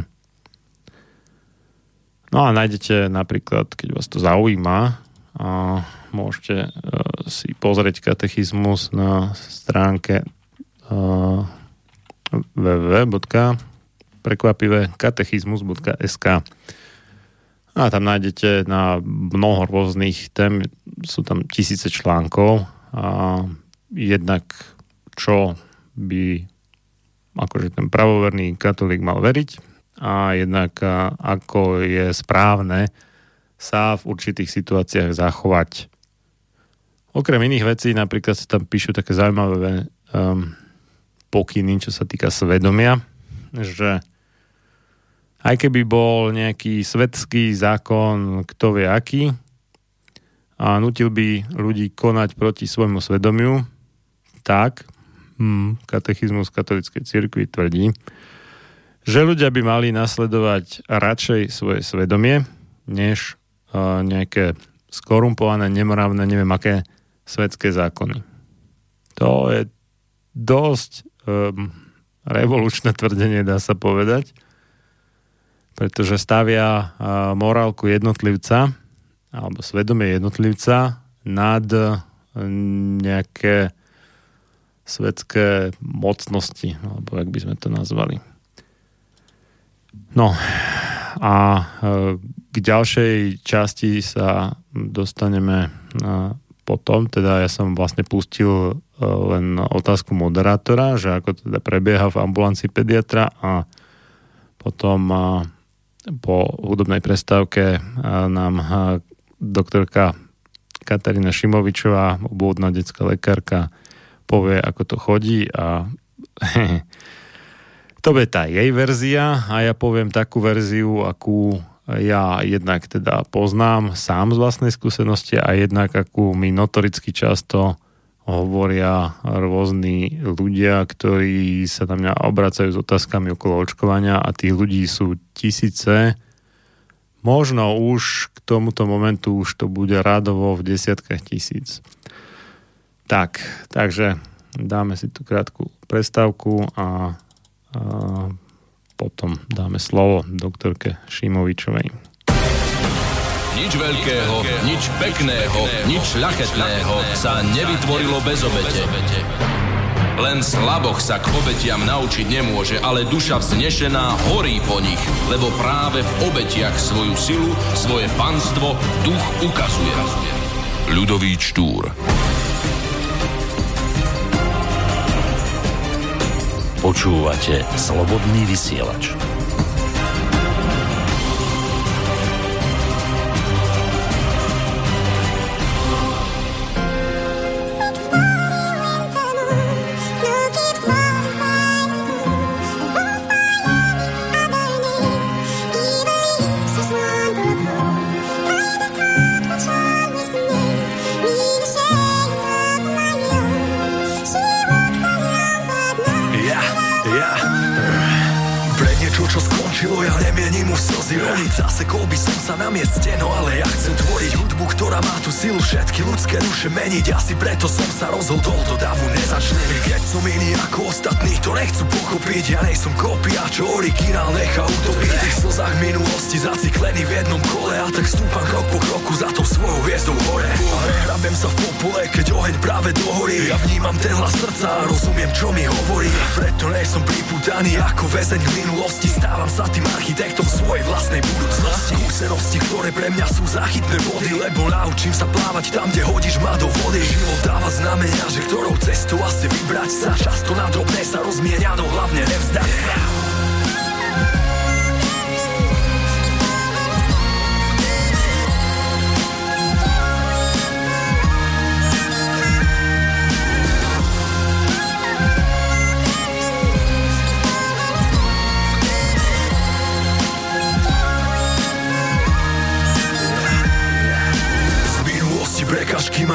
No a nájdete napríklad, keď vás to zaujíma, a môžete uh, si pozrieť katechizmus na stránke uh, w w w bodka prekvapivé katechizmus bodka es ká. A tam nájdete na mnoho rôznych tém, sú tam tisíce článkov a jednak čo by akože ten pravoverný katolík mal veriť a jednak ako je správne sa v určitých situáciách zachovať. Okrem iných vecí napríklad sa tam píšu také zaujímavé um, pokyny, čo sa týka svedomia, že aj keby bol nejaký svetský zákon, kto vie aký, a nutil by ľudí konať proti svojmu svedomiu, tak hmm, katechizmus katolíckej cirkvi tvrdí, že ľudia by mali nasledovať radšej svoje svedomie, než uh, nejaké skorumpované, nemravné, neviem aké svetské zákony. To je dosť um, revolučné tvrdenie, dá sa povedať, pretože stavia uh, morálku jednotlivca alebo svedomie jednotlivca nad uh, nejaké svetské mocnosti, alebo jak by sme to nazvali. No a uh, k ďalšej časti sa dostaneme uh, potom, teda ja som vlastne pustil uh, len otázku moderátora, že ako teda prebieha v ambulancii pediatra, a potom uh, po hudobnej prestávke nám doktorka Katarína Šimovičová, obvodná detská lekárka, povie, ako to chodí, a to je tá jej verzia a ja poviem takú verziu, akú ja jednak teda poznám sám z vlastnej skúsenosti a jednak akú mi notoricky často hovoria rôzni ľudia, ktorí sa na mňa obracajú s otázkami okolo očkovania, a tých ľudí sú tisíce. Možno už k tomuto momentu už to bude rádovo v desiatkách tisíc. Tak, takže dáme si tú krátku prestávku a, a potom dáme slovo doktorke Šimovičovej. Nič veľkého, nič pekného, nič šľachetného sa nevytvorilo bez obete. Len slaboch sa k obetiam naučiť nemôže, ale duša vznešená horí po nich, lebo práve v obetiach svoju silu, svoje panstvo duch ukazuje. Ľudový Štúr. Počúvate Slobodný vysielač. Ja nemienim už slzy roniť, zasekol by som sa na mieste, no ale ja chcem tvoriť hudbu, ktorá má tú silu všetky ľudské duše meniť. Asi preto som sa rozhodol, do davu nezačne. Keď som iný ako ostatní, to nechcú pochopiť, ja nejsom kopia, čo originál nechá utopiť. V tých slzách minulosti zaciklený v jednom kole, a tak stúpam krok po kroku za tou svojou hviezdou hore. A hrabem sa v popole, keď oheň práve dohorí. Ja vnímam ten hlas srdca a rozumiem, čo mi hovorí. Preto nejsom pripútaný ako väzeň v minulosti, stávam sa tým architektom svojej vlastnej budúcnosti. Skúsenosti, ktoré pre mňa sú záchytné body, lebo naučím sa plávať tam, kde hodíš ma do vody. Život dáva znamenia, že ktorou cestou asi vybrať sa. Často na drobné sa rozmienia, no hlavne nevzdať sa.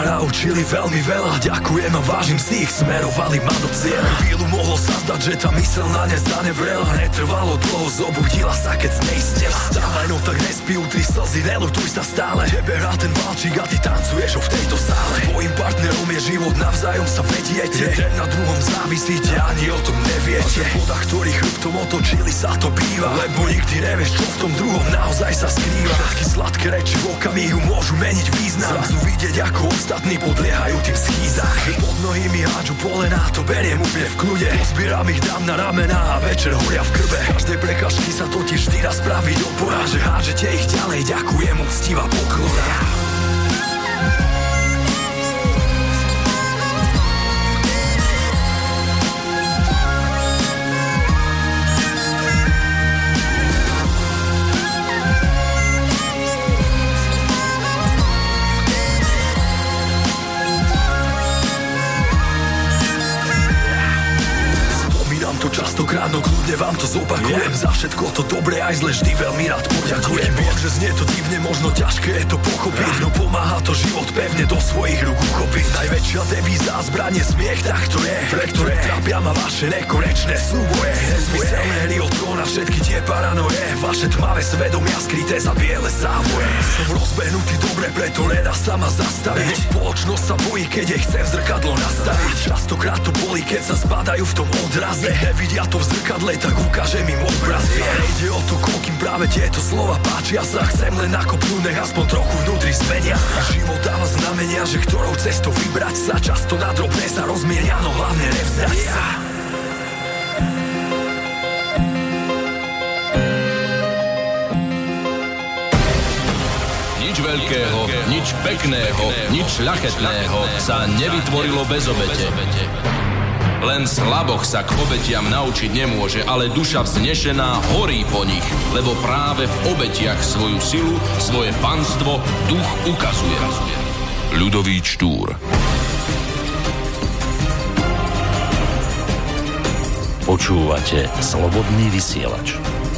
ma naučili veľmi veľa, ďakujem a vážim si ich, smerovali ma do cieľa. Chvíľu mohlo sa zdať, že tá myseľ na ne zanevrela, netrvalo dlho, zobudila sa, keď z nej stela. Stávaj, no tak nespí, utri slzy, nelutuj sa stále. Tebe hrá ten valčík a ty tancuješ ho v tejto sále. Tvojim partnerom je život, navzájom sa vediete, jeden na druhom závisíte, ani o tom neviete. A voda, ktorý chrbtom otočili, sa to býva, lebo nikdy nevieš, čo v tom druhom naozaj sa skrýva. Všetky sladké reči v okamihu môžu meniť význam, zrazu vidieť, ako ostatní podliehajú tým schýzach. Pod nohy mi hádžu polená, to beriem úplne v kľude. Pozbieram ich, dám na ramená a večer horia v krbe. Z každej prekažky sa totiž vždy raz spraviť opora, že hádžete ich ďalej, ďakujem, úctivá poklona. Častokrát, no kľudne vám to zopakujem, yeah. Za všetko to dobré aj zle vždy veľmi rád poďakujem. Viem, že znie to divne, možno ťažké je to pochopiť, no pomáha to život pevne do svojich rúk uchopiť. Najväčšia devíza a zbranie smiech, tak to je, pre ktoré trápia ma vaše nekonečné súboje. Nezmyselné hry od tróna, všetky tie paranoje, vaše tmavé svedomia skryté za biele závoje. Som rozbehnutý dobre, preto nedá sa ma zastaviť. Spoločnosť sa bojí, keď jej chcem zrkadlo nastaviť. Častokrát to bolí, keď sa zbadajú v tom odraze. Nevidia to v zrkadle, tak ukážem im obraz. Nejde o to, koľkým práve tieto slova páčia sa. Chcem len nakopnúť, nech aspoň trochu vnútri zmenia sa. Život dáva znamenia, že ktorou cestou vybrať sa. Často na drobné sa rozmienia, no hlavne nevzdať sa. Nič veľkého, nič pekného, nič šľachetného sa nevytvorilo bez obete. Len slaboch sa k obetiam naučiť nemôže, ale duša vznešená horí po nich, lebo práve v obetiach svoju silu, svoje panstvo duch ukazuje. Ľudový Štúr. Počúvate Slobodný vysielač.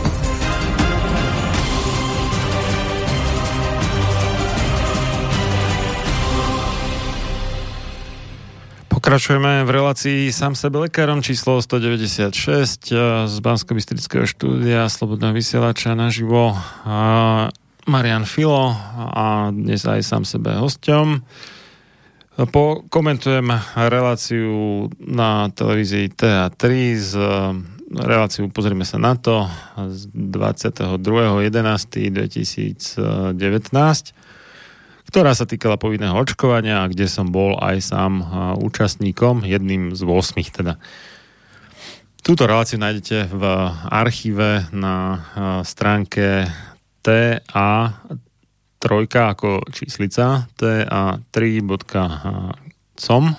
Pokračujeme v relácii Sám sebe lekárom číslo stodeväťdesiatšesť z Banskobystrického štúdia Slobodného vysielača naživo. Marian Filo a dnes aj sám sebe hosťom. Komentujem reláciu na televízii té á tri z reláciu Pozrime sa na to z dvadsiateho druhého jedenásteho dvetisícdevätnásť, ktorá sa týkala povinného očkovania a kde som bol aj sám účastníkom, jedným z ôsmich teda. Túto reláciu nájdete v archíve na stránke té á tri ako číslica té á tri bodka com.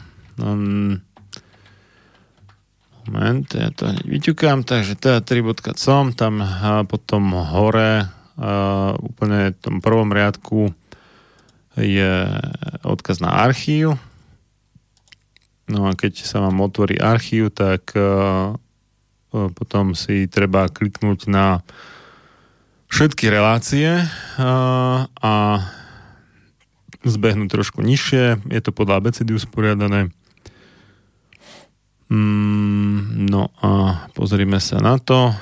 Moment, ja to hneď vyťukám, takže té á tri bodka com, tam potom hore úplne v tom prvom riadku je odkaz na archív. No a keď sa vám otvorí archív, tak uh, potom si treba kliknúť na všetky relácie uh, a zbehnúť trošku nižšie. Je to podľa abecedy usporiadané. Mm, no a pozrime sa na to.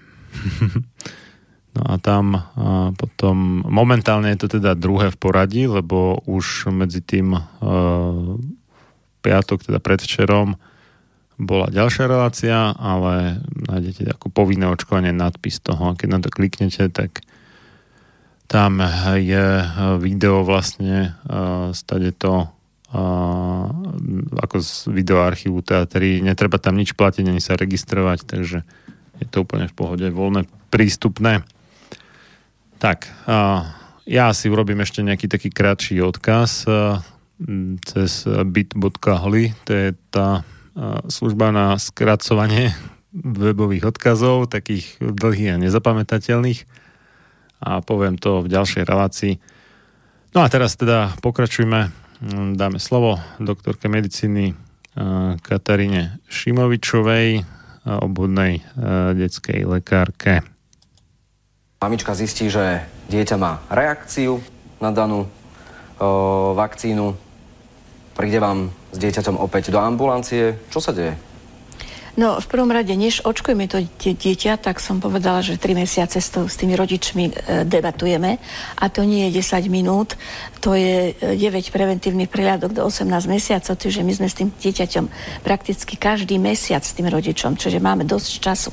No a tam a potom momentálne je to teda druhé v poradí, lebo už medzi tým e, piatok, teda predvčerom bola ďalšia relácia, ale nájdete ako povinné očkovanie nadpis toho. A keď na to kliknete, tak tam je video vlastne e, stade to e, ako z videoarchívu té á tri. Netreba tam nič platiť, ani sa registrovať, takže je to úplne v pohode, voľné, prístupné. Tak, ja si urobím ešte nejaký taký kratší odkaz cez bit bodka ly, to je tá služba na skracovanie webových odkazov, takých dlhých a nezapamätateľných, a poviem to v ďalšej relácii. No a teraz teda pokračujme, dáme slovo doktorke medicíny Kataríne Šimovičovej, obvodnej detskej lekárke. Mamička zistí, že dieťa má reakciu na danú o, vakcínu. príde vám s dieťaťom opäť do ambulancie, čo sa deje? No, v prvom rade, než očkujeme to dieťa, tak som povedala, že tri mesiace s, to, s tými rodičmi e, debatujeme a to nie je desať minút, to je deväť preventívnych prehliadok do osemnásť mesiacov, čiže my sme s tým dieťaťom prakticky každý mesiac s tým rodičom, čiže máme dosť času.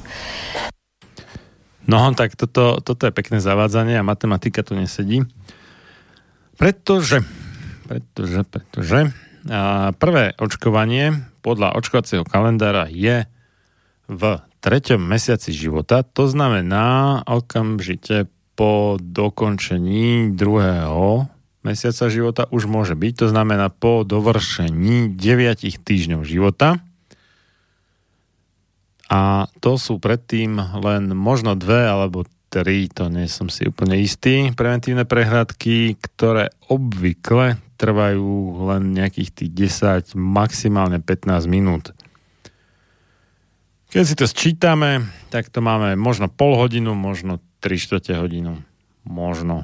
No, tak toto, toto je pekné zavádzanie a matematika tu nesedí. Pretože, pretože, pretože a prvé očkovanie podľa očkovacieho kalendára je v treťom mesiaci života, to znamená okamžite po dokončení druhého mesiaca života už môže byť, to znamená po dovršení deviatich týždňov života. A to sú predtým len možno dve alebo tri, to nie som si úplne istý, preventívne prehľadky, ktoré obvykle trvajú len nejakých tých desať, maximálne pätnásť minút. Keď si to sčítame, tak to máme možno pol hodinu, možno tri štvrte hodinu. Možno.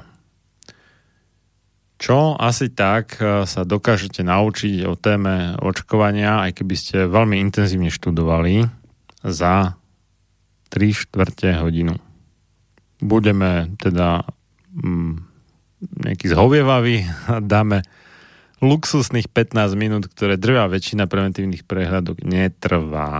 Čo asi tak sa dokážete naučiť o téme očkovania, aj keby ste veľmi intenzívne študovali, za tri štvrte hodinu. Budeme teda mm, nejaký zhovievaví a dáme luxusných pätnásť minút, ktoré drvá väčšina preventívnych prehľadok netrvá.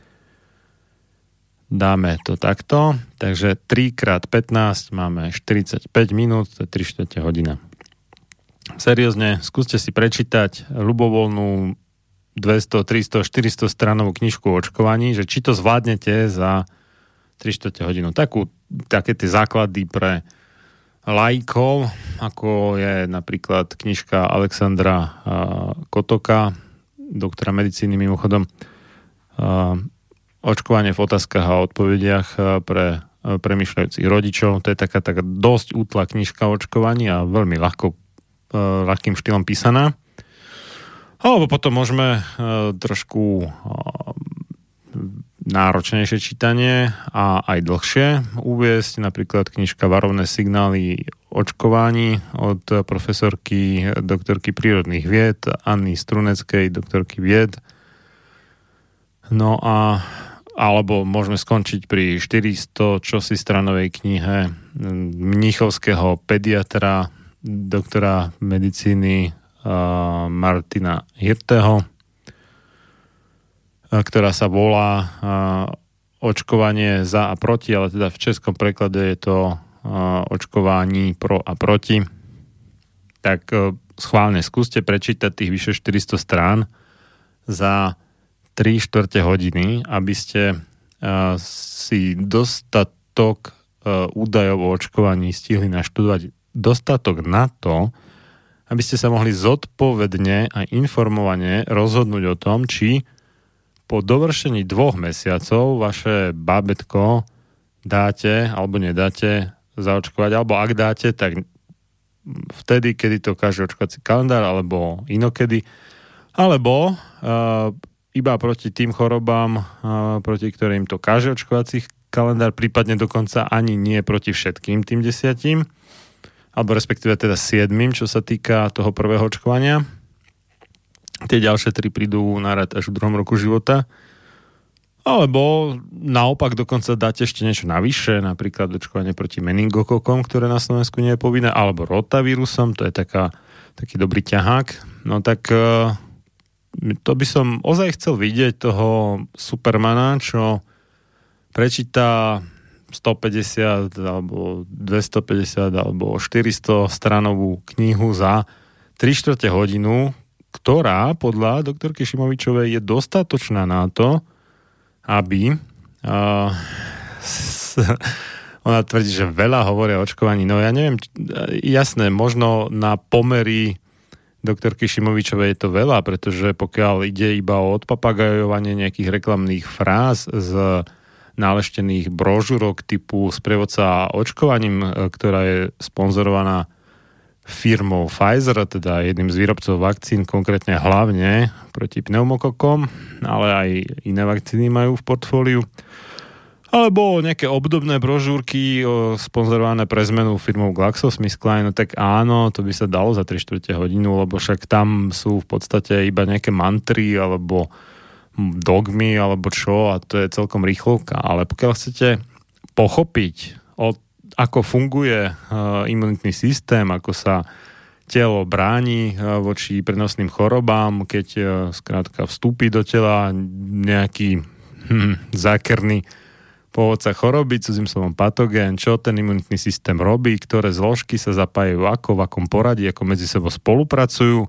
Dáme to takto, takže tri krát pätnásť máme štyridsaťpäť minút, to je tri štvrte hodina. Seriózne, skúste si prečítať ľubovoľnú dvesto, tristo, štyristo stranovú knižku o očkovaní, že či to zvládnete za tri štvrte hodinu. Takú, také tie základy pre laikov, ako je napríklad knižka Alexandra uh, Kotoka, doktora medicíny mimochodom, uh, očkovanie v otázkach a odpovediach uh, pre uh, premýšľajúcich rodičov. To je taká, taká dosť útla knižka o očkovaní a veľmi ľahko, uh, ľahkým štýlom písaná. Alebo potom môžeme uh, trošku uh, náročnejšie čítanie a aj dlhšie uviesť, napríklad knižka Varovné signály očkovaní od profesorky doktorky prírodných vied Anny Struneckej, doktorky vied. No a alebo môžeme skončiť pri štyristo čosi stranovej knihe mníchovského pediatra, doktora medicíny uh, Martina Hirteho, ktorá sa volá uh, očkovanie za a proti, ale teda v českom preklade je to uh, očkování pro a proti. Tak uh, schválne skúste prečítať tých vyše štyristo strán za tri štvrte hodiny, aby ste uh, si dostatok uh, údajov o očkovaní stihli naštudovať dostatok na to, aby ste sa mohli zodpovedne a informovane rozhodnúť o tom, či po dovršení dvoch mesiacov vaše bábätko dáte alebo nedáte zaočkovať, alebo ak dáte, tak vtedy, kedy to káže očkovací kalendár, alebo inokedy, alebo uh, iba proti tým chorobám, uh, proti ktorým to káže očkovací kalendár, prípadne dokonca ani nie proti všetkým tým desiatim, alebo respektíve teda siedmim, čo sa týka toho prvého očkovania. Tie ďalšie tri prídu na rad až v druhom roku života. Alebo naopak dokonca dáte ešte niečo navyše, napríklad očkovanie proti meningokokom, ktoré na Slovensku nie je povinné, alebo rotavírusom, to je taká, taký dobrý ťahák. No tak to by som ozaj chcel vidieť toho Supermana, čo prečíta stopäťdesiat alebo dvestopäťdesiat alebo štyristo stranovú knihu za tri štvrte hodinu, ktorá podľa doktorky Šimovičovej je dostatočná na to, aby uh, s, ona tvrdí, že veľa hovoria o očkovaní. No ja neviem, jasné, možno na pomery doktorky Šimovičovej je to veľa, pretože pokiaľ ide iba o odpapagajovanie nejakých reklamných fráz z náleštených brožúrok typu sprievodca očkovaním, ktorá je sponzorovaná firmou Pfizer, teda jedným z výrobcov vakcín, konkrétne hlavne proti pneumokokom, ale aj iné vakcíny majú v portfóliu. Alebo nejaké obdobné brožúrky sponzorované pre zmenu firmou GlaxoSmithKline, no tak áno, to by sa dalo za tri štvrte hodinu, lebo však tam sú v podstate iba nejaké mantry alebo dogmy alebo čo a to je celkom rýchlovka. Ale pokiaľ chcete pochopiť, od, ako funguje uh, imunitný systém, ako sa telo bráni uh, voči prenosným chorobám, keď uh, skrátka vstúpi do tela nejaký hm, zákerný pôvodca choroby, cudzým slovom patogén, čo ten imunitný systém robí, ktoré zložky sa zapájajú ako, v akom poradí, ako medzi sebou spolupracujú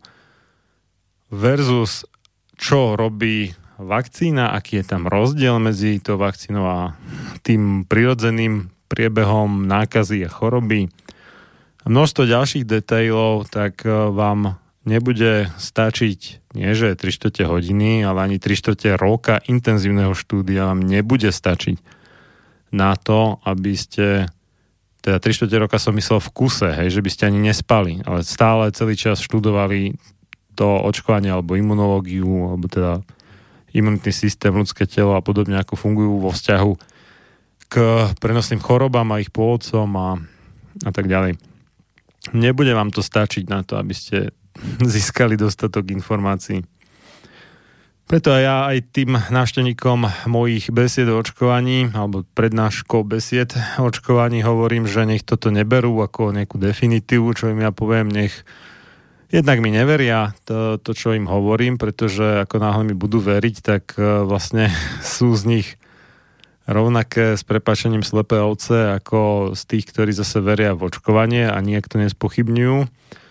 versus čo robí vakcína, aký je tam rozdiel medzi tou vakcínou a tým prirodzeným priebehom nákazy a choroby. A množstvo ďalších detailov, tak vám nebude stačiť nie že tri štvrte hodiny, ale ani tri štvrte roka intenzívneho štúdia vám nebude stačiť na to, aby ste, teda tri štvrte roka som myslel v kuse, hej, že by ste ani nespali, ale stále celý čas študovali to očkovanie alebo imunológiu, alebo teda imunitný systém, ľudské telo a podobne, ako fungujú vo vzťahu k prenosným chorobám a ich pôvodcom a, a tak ďalej. Nebude vám to stačiť na to, aby ste získali dostatok informácií. Preto aj ja aj tým návštevníkom mojich besied o očkovaní alebo prednáškov besied o očkovaní hovorím, že nech toto neberú ako nejakú definitívu, čo im ja poviem, nech jednak mi neveria to, to, čo im hovorím, pretože ako náhle mi budú veriť, tak vlastne sú z nich rovnaké s prepáčením slepé ovce ako z tých, ktorí zase veria v očkovanie a nijak to nespochybňujú.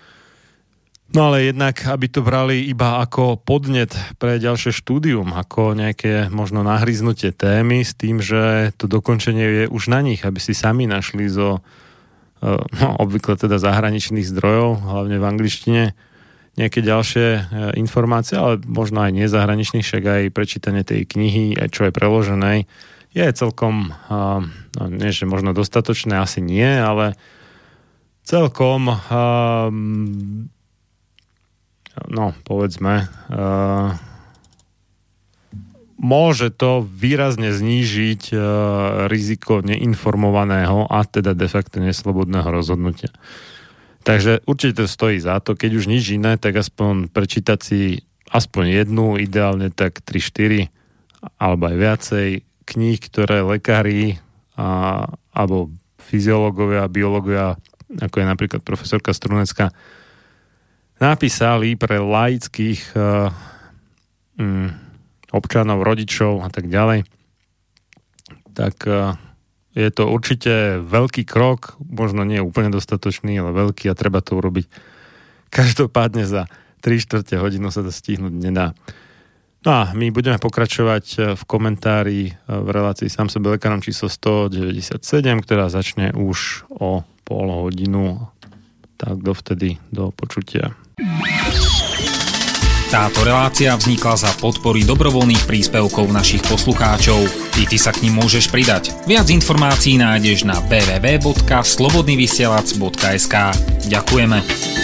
No ale jednak, aby to brali iba ako podnet pre ďalšie štúdium, ako nejaké možno nahryznutie témy s tým, že to dokončenie je už na nich, aby si sami našli zo no, obvykle teda zahraničných zdrojov, hlavne v angličtine, nejaké ďalšie informácie, ale možno aj nezahraničných, však aj prečítanie tej knihy, aj čo je preložené, je celkom, no, nie že možno dostatočné, asi nie, ale celkom um, no, povedzme, uh, môže to výrazne znížiť uh, riziko neinformovaného a teda de facto neslobodného rozhodnutia. Takže určite to stojí za to, keď už nič iné, tak aspoň prečítať si aspoň jednu, ideálne tak tri štyri alebo aj viacej kníh, ktoré lekári a, alebo fyziológovia, biológovia, ako je napríklad profesorka Strunecká, napísali pre laických uh, um, občanov, rodičov a tak ďalej, tak uh, je to určite veľký krok, možno nie úplne dostatočný, ale veľký a treba to urobiť. Každopádne za tri štvrte hodinu sa to stihnúť nedá. No a my budeme pokračovať v komentári v relácii Sám sebe lekárom číslo sto deväťdesiatsedem, ktorá začne už o pol hodinu. Tak dovtedy, do počutia. Táto relácia vznikla za podpory dobrovoľných príspevkov našich poslucháčov. I ty sa k nim môžeš pridať. Viac informácií nájdeš na w w w bodka slobodnyvysielac bodka es ka. Ďakujeme.